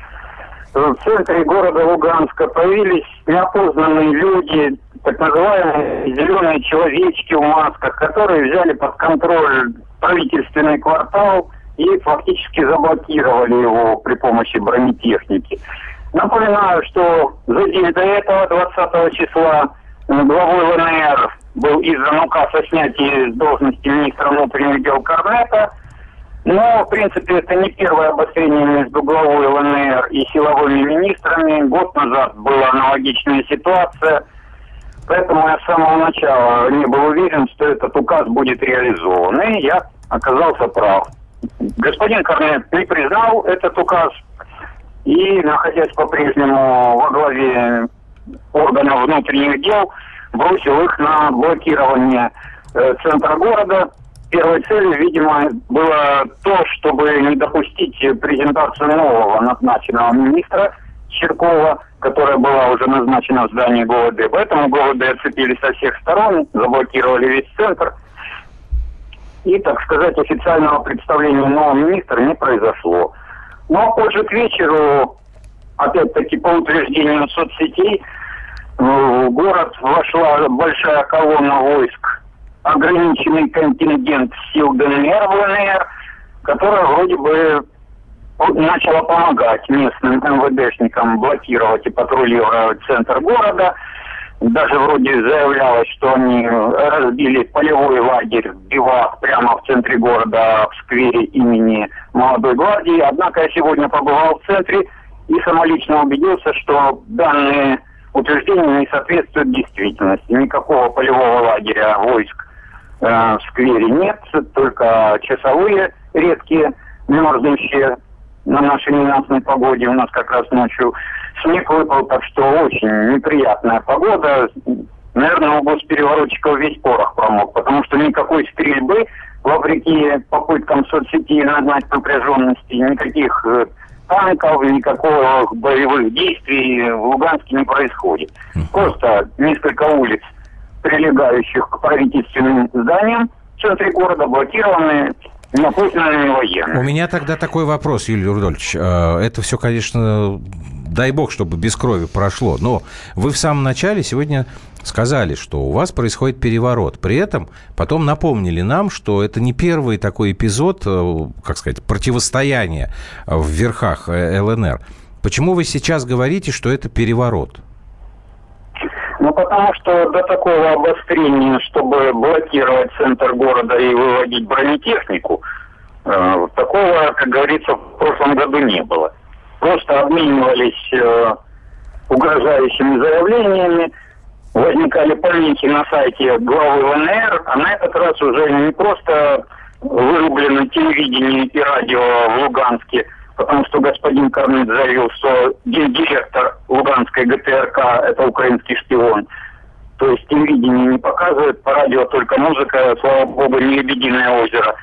в центре города Луганска появились неопознанные люди, так называемые зеленые человечки в масках, которые взяли под контроль правительственный квартал и фактически заблокировали его при помощи бронетехники. Напоминаю, что за день до этого, 20 числа, главой ЛНР был издан указ о снятии с должности министра внутренних дел Корнета. Но, в принципе, это не первое обострение между главой ЛНР и силовыми министрами. Год назад была аналогичная ситуация. Поэтому я с самого начала не был уверен, что этот указ будет реализован. И я оказался прав. Господин Корнет не признал этот указ. И, находясь по-прежнему во главе органов внутренних дел, бросил их на блокирование центра города. Первой целью, видимо, было то, чтобы не допустить презентацию нового назначенного министра Чиркова, которая была уже назначена в здании ГУВД. Поэтому ГУВД оцепили со всех сторон, заблокировали весь центр. И, так сказать, официального представления нового министра не произошло. Но позже к вечеру, опять-таки по утверждениям соцсетей, в город вошла большая колонна войск, ограниченный контингент сил ДНР в ЛНР, которая вроде бы начала помогать местным МВДшникам блокировать и патрулировать центр города. Даже вроде заявлялось, что они разбили полевой лагерь бивак прямо в центре города, в сквере имени Молодой гвардии. Однако я сегодня побывал в центре и самолично убедился, что данные утверждения не соответствуют действительности. Никакого полевого лагеря войск в сквере нет, только часовые редкие, мерзнущие на нашей ненастной погоде. У нас как раз ночью снег выпал, так что очень неприятная погода. Наверное, у госпереворотчиков весь порох промок, потому что никакой стрельбы, вопреки попыткам соцсетей нагнать напряженности, никаких танков, никакого боевых действий в Луганске не происходит. Просто несколько улиц, прилегающих к правительственным зданиям в центре города, блокированы неопознанными военными. У меня тогда такой вопрос, Юрий Рудольфович. Это все, конечно, дай бог, чтобы без крови прошло. Но вы в самом начале сегодня сказали, что у вас происходит переворот. При этом потом напомнили нам, что это не первый такой эпизод, как сказать, противостояния в верхах ЛНР. Почему вы сейчас говорите, что это переворот? Ну, потому что до такого обострения, чтобы блокировать центр города и выводить бронетехнику, такого, как говорится, в прошлом году не было. Просто обменивались угрожающими заявлениями, возникали помехи на сайте главы ЛНР, а на этот раз уже не просто вырублено телевидение и радио в Луганске, потому что господин Корнет заявил, что гендиректор Луганской ГТРК – это украинский шпион. То есть телевидение не показывает, по радио только музыка, слава богу, не «Лебединое озеро».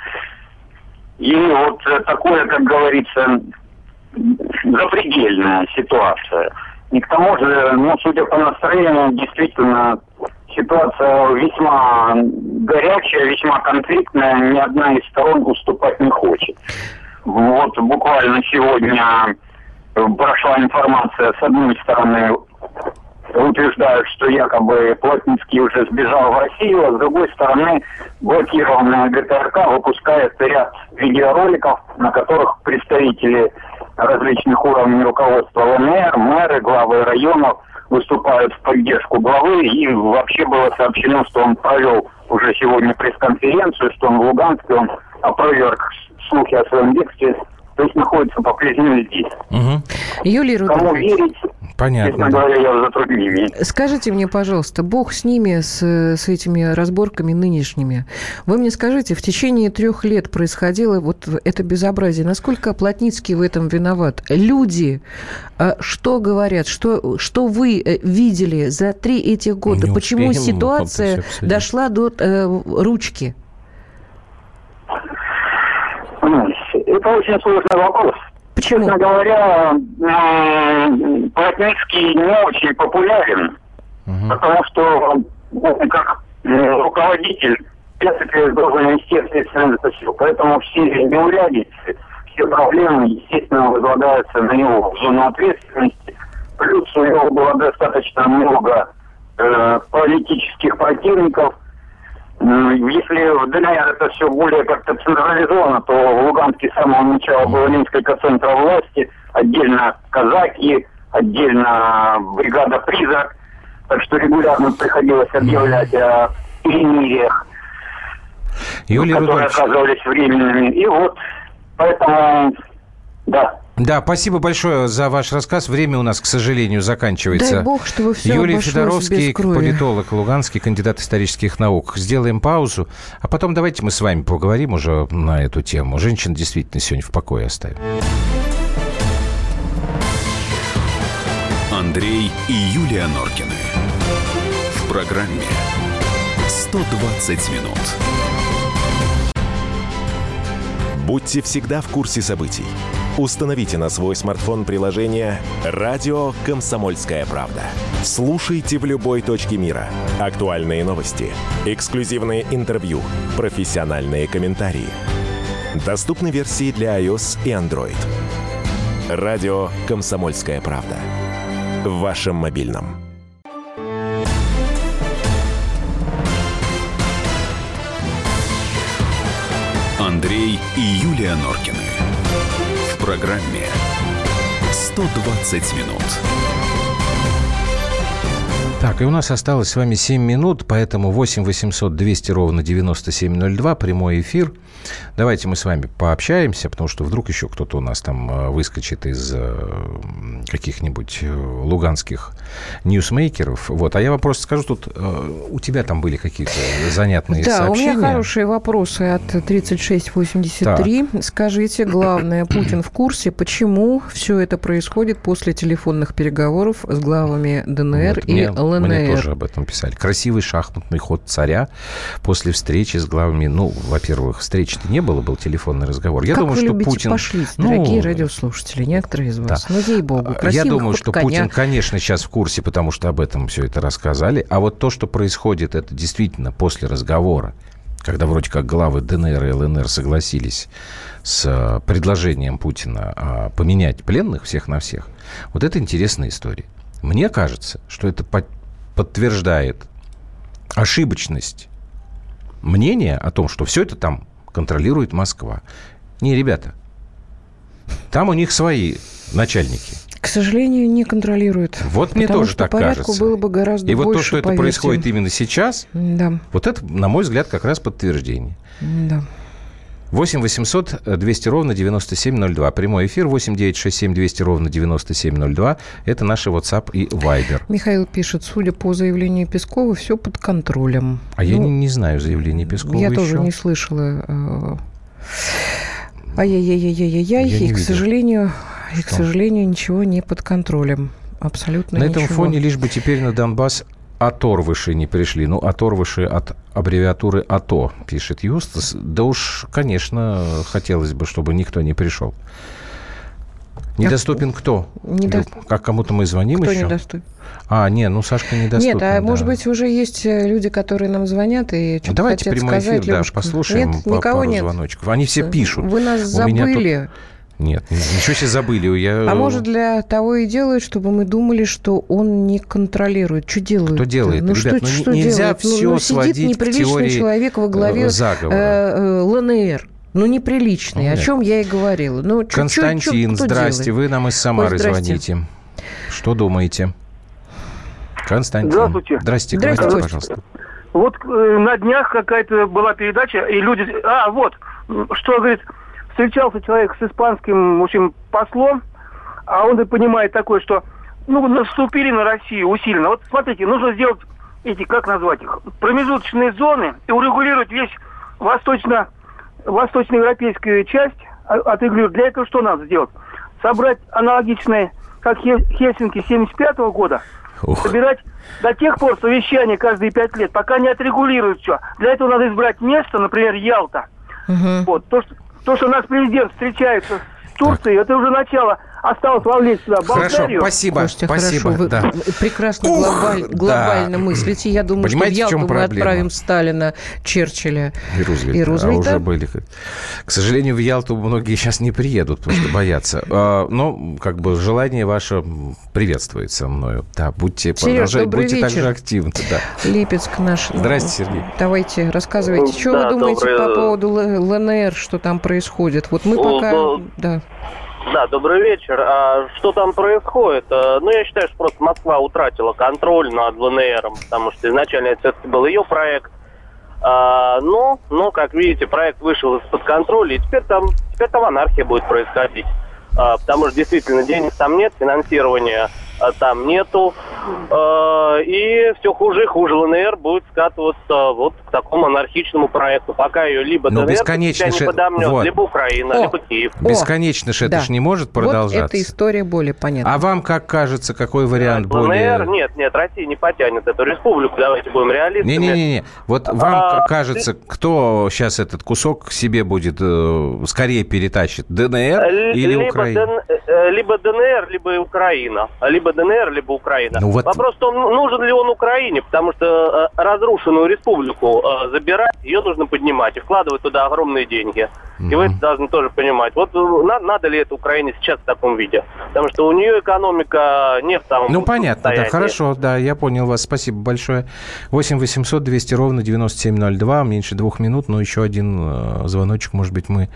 И вот такое, как говорится, запредельная ситуация. И к тому же, ну, судя по настроению, действительно, ситуация весьма горячая, весьма конфликтная, ни одна из сторон уступать не хочет. Вот буквально сегодня прошла информация, с одной стороны, утверждают, что якобы Плотницкий уже сбежал в Россию, а с другой стороны, блокированная ГТРК выпускает ряд видеороликов, на которых представители различных уровней руководства ЛНР, мэры, главы районов выступают в поддержку главы. И вообще было сообщено, что он провел уже сегодня пресс-конференцию, что он в Луганске, он опроверг слухи о своем бегстве, то есть находится по-прежнему здесь. Угу. Юлий Рудольфович. Кому верить? Понятно. Честно говоря, я в затруднении. Скажите мне, пожалуйста, бог с ними, с этими разборками нынешними. Вы мне скажите, в течение 3 лет происходило вот это безобразие. Насколько Плотницкий в этом виноват? Люди, что говорят, что вы видели за 3 этих года? Не Почему успеем, ситуация дошла до ручки? Это очень сложный вопрос. Почему? Честно говоря, Плотницкий не очень популярен, потому что как руководитель, в принципе, должен нести ответственность за все. Поэтому все неурядицы, все проблемы, естественно, возлагаются на него в зону ответственности. Плюс у него было достаточно много политических противников. Если в ДНР это все более как-то централизовано, то в Луганске с самого начала было несколько центров власти, отдельно казаки, отдельно бригада «Призрак», так что регулярно приходилось объявлять о перемириях, которые оказывались временными. И вот поэтому, да. Да, спасибо большое за ваш рассказ. Время у нас, к сожалению, заканчивается. Дай бог, чтобы все Юлий Федоровский, политолог Луганский, кандидат исторических наук. Сделаем паузу, а потом давайте мы с вами поговорим уже на эту тему. Женщин действительно сегодня в покое оставим. Андрей и Юлия Норкины. В программе «120 минут». Будьте всегда в курсе событий. Установите на свой смартфон приложение «Радио Комсомольская правда». Слушайте в любой точке мира. Актуальные новости, эксклюзивные интервью, профессиональные комментарии. Доступны версии для iOS и Android. «Радио Комсомольская правда». В вашем мобильном. Андрей и Юлия Норкины. В программе «120 минут». Так, и у нас осталось с вами 7 минут, поэтому 8 800 200 ровно 9702, прямой эфир. Давайте мы с вами пообщаемся, потому что вдруг еще кто-то у нас там выскочит из каких-нибудь луганских ньюсмейкеров. Вот. А я вам просто скажу, тут у тебя там были какие-то занятные сообщения. Да, у меня хорошие вопросы от 3683. Так. Скажите, главное, Путин в курсе, почему все это происходит после телефонных переговоров с главами ДНР и ЛНР? Мне тоже об этом писали. Красивый шахматный ход царя после встречи с главами. Ну, во-первых, встречи-то не было, был телефонный разговор. Я думаю, вы что любите Путин... пошлить, дорогие радиослушатели, некоторые из вас. Да. Ну, ей-богу, красивый Я думаю, ход что коня. Путин, конечно, сейчас в курсе, потому что об этом все это рассказали. А вот то, что происходит, это действительно после разговора, когда вроде как главы ДНР и ЛНР согласились с предложением Путина поменять пленных всех на всех. Вот это интересная история. Мне кажется, что это подтверждает ошибочность мнения о том, что все это там контролирует Москва. Не, ребята, там у них свои начальники. К сожалению, не контролирует. Вот мне тоже так кажется. Порядку было бы гораздо и больше, вот то, что это происходит именно сейчас, да. Вот это, на мой взгляд, как раз подтверждение. Да. 8 800 200 ровно 9702. Прямой эфир 8 967 200 ровно 9702. Это наши WhatsApp и Viber. Михаил пишет, судя по заявлению Пескова, все под контролем. А я не знаю заявления Пескова я еще. тоже не слышала. Ай-яй-яй-яй-яй-яй. И, к сожалению, ничего не под контролем. Абсолютно ничего. На этом фоне лишь бы теперь на Донбасс оторвыши не пришли. Ну, оторвыши от аббревиатуры АТО, пишет Юстас. Да уж, конечно, хотелось бы, чтобы никто не пришел. Недоступен кто? Как кому-то мы звоним кто еще? Кто недоступен? Сашка недоступен. Нет, может быть, уже есть люди, которые нам звонят и что-то давайте хотят прямой сказать. Эфир, послушаем никого пару нет. звоночков. Они все пишут. Вы нас забыли. Нет, ничего себе забыли. А может, для того и делают, чтобы мы думали, что он не контролирует. Что делают? Кто делает? Ну, ребят, что нельзя делает? все сводить сидит неприличный к теории человек во главе ЛНР. Ну, неприличный, о чем я и говорила. Ну, Константин, здрасте, вы нам из Самары звоните. Что думаете? Константин. Здравствуйте. Здрасте, говорите, пожалуйста. Вот на днях какая-то была передача, и люди... что, говорит, встречался человек с испанским, в общем, послом, а он и понимает такое, что, наступили на Россию усиленно. Вот смотрите, нужно сделать эти, как назвать их, промежуточные зоны и урегулировать весь восточноевропейскую часть, отрегулировать. Для этого что надо сделать? Собрать аналогичные, как Хельсинки 1975 года, собирать до тех пор совещания каждые 5 лет, пока не отрегулируют все. Для этого надо избрать место, например, Ялта. Вот. То, что наш президент встречается с Турцией, это уже начало. Осталось вовлечь сюда Болгарию. Хорошо, спасибо. Хорошо, вы прекрасно глобально мыслите. Я думаю, понимаете, что в Ялту мы отправим Сталина, Черчилля и Рузвельта. А уже были. К сожалению, в Ялту многие сейчас не приедут, потому что боятся. Но, желание ваше приветствуется мною. Да, будьте так же активны. Да. Липецк наш. Здрасте, Сергей. Давайте, рассказывайте, что вы думаете по поводу ЛНР, что там происходит? Вот мы пока... Да, добрый вечер. Что там происходит? Я считаю, что просто Москва утратила контроль над ЛНР, потому что изначально это все-таки был ее проект. Но, как видите, проект вышел из-под контроля, и теперь там анархия будет происходить. Потому что действительно денег там нет, финансирования там нету. И все хуже и хуже. ЛНР будет скатываться вот к такому анархичному проекту. Пока ее либо ДНР не подомнет, либо Украина, либо Киев. Бесконечно же это ж не может продолжаться. Вот эта история более понятна. А вам как кажется, какой вариант более... ЛНР? Нет, Россия не потянет эту республику. Давайте будем реалистами. Не-не-не. Вот вам кажется, кто сейчас этот кусок себе будет скорее перетащит? ДНР или Украина? Либо ДНР, либо Украина. Либо ДНР, либо Украина. Вопрос в том, нужен ли он Украине, потому что разрушенную республику забирать, ее нужно поднимать и вкладывать туда огромные деньги. И вы это должны тоже понимать. Вот надо ли это Украине сейчас в таком виде? Потому что у нее экономика не в самом понятно, состоянии. Да, хорошо, да, я понял вас. Спасибо большое. 8 800 200 ровно 9702. Меньше 2 минут, но еще один звоночек, может быть, мы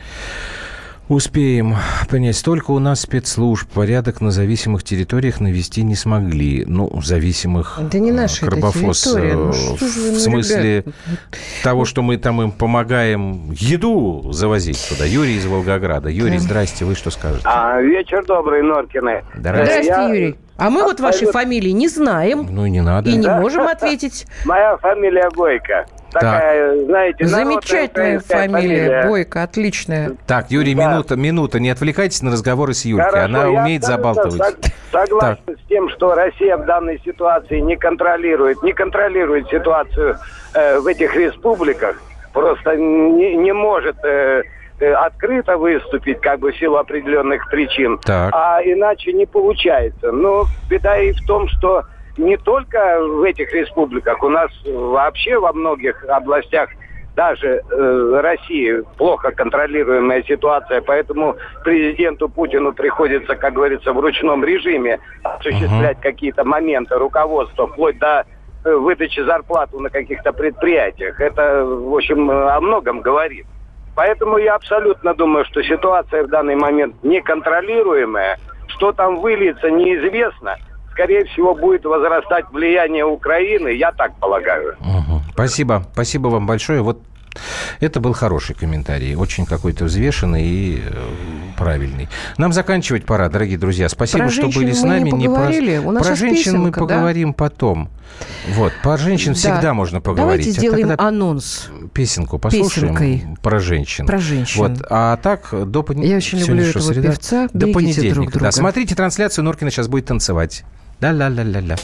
успеем принять. Столько у нас спецслужб, порядок на зависимых территориях навести не смогли. Зависимых... Да не наша территория. В смысле того, что мы там им помогаем еду завозить туда. Юрий из Волгограда. Юрий, здрасте, вы что скажете? Вечер добрый, Норкины. Здрасте, Юрий. А мы вашей фамилии не знаем. И не надо. И не можем ответить. Моя фамилия Бойко. Такая, знаете, замечательная фамилия Бойко, отличная. Так, Юрий, минута. Не отвлекайтесь на разговоры с Юлькой. Хорошо, она умеет забалтывать. Согласен с тем, что Россия в данной ситуации не контролирует ситуацию в этих республиках. Просто не может открыто выступить, в силу определенных причин. А иначе не получается. Но беда и в том, что не только в этих республиках, у нас вообще во многих областях даже России плохо контролируемая ситуация, поэтому президенту Путину приходится, как говорится, в ручном режиме осуществлять какие-то моменты руководства, вплоть до выдачи зарплаты на каких-то предприятиях. Это, в общем, о многом говорит. Поэтому я абсолютно думаю, что ситуация в данный момент неконтролируемая. Что там выльется, неизвестно. Скорее всего, будет возрастать влияние Украины, я так полагаю. Спасибо. Спасибо вам большое. Вот это был хороший комментарий. Очень какой-то взвешенный и правильный. Нам заканчивать пора, дорогие друзья. Спасибо, что были с нами. Про женщин мы поговорим потом. Про женщин всегда можно поговорить. Давайте сделаем анонс. Песенку послушаем про женщин. Про женщин. А так, до понедельника. Я очень люблю этого певца. До понедельника. Друг друга. Да, смотрите трансляцию. Норкина сейчас будет танцевать. Ла-ла-ла-ла-ла.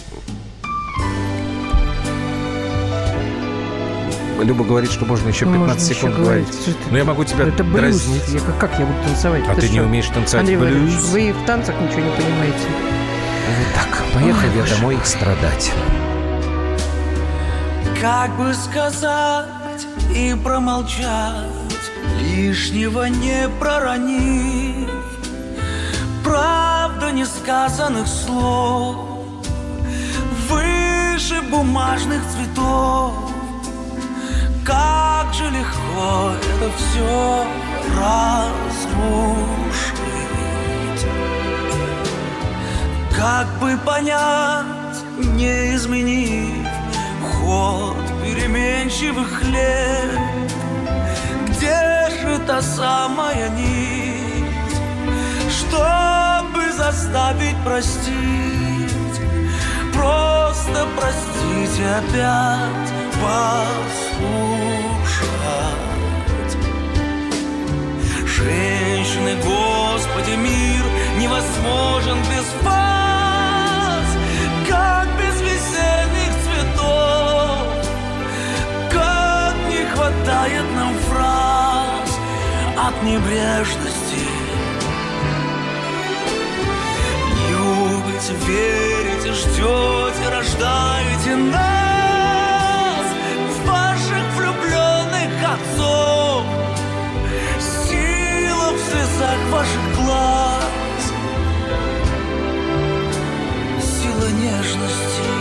Люба говорит, что можно еще 15 секунд говорить. Но я могу тебя дразнить. Как я буду танцевать? А ты не умеешь танцевать блюз? Вы в танцах ничего не понимаете. Так, поехали я домой страдать. Как бы сказать и промолчать, лишнего не проронив, правда несказанных слов, выше бумажных цветов. Как же легко это все разрушить. Как бы понять, не изменив ход переменчивых лет, где же та самая нить, чтобы заставить простить, просто простить и опять послушать. Женщины, Господи, мир невозможен без вас, как без весенних цветов, как не хватает нам фраз от небрежности. Любите, верите, ждете, рождаете нас, ваших влюбленных отцов. Сила в слезах ваших глаз, сила нежности.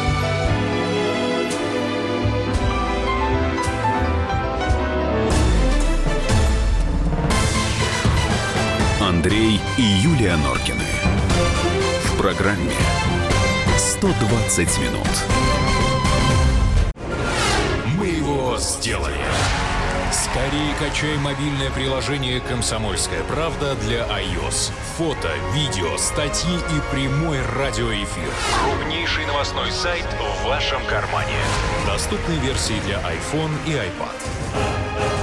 Андрей и Юлия Норкины. В программе 120 минут. Мы его сделали. Скорее качай мобильное приложение «Комсомольская правда» для iOS. Фото, видео, статьи и прямой радиоэфир. Крупнейший новостной сайт в вашем кармане. Доступны версии для iPhone и iPad.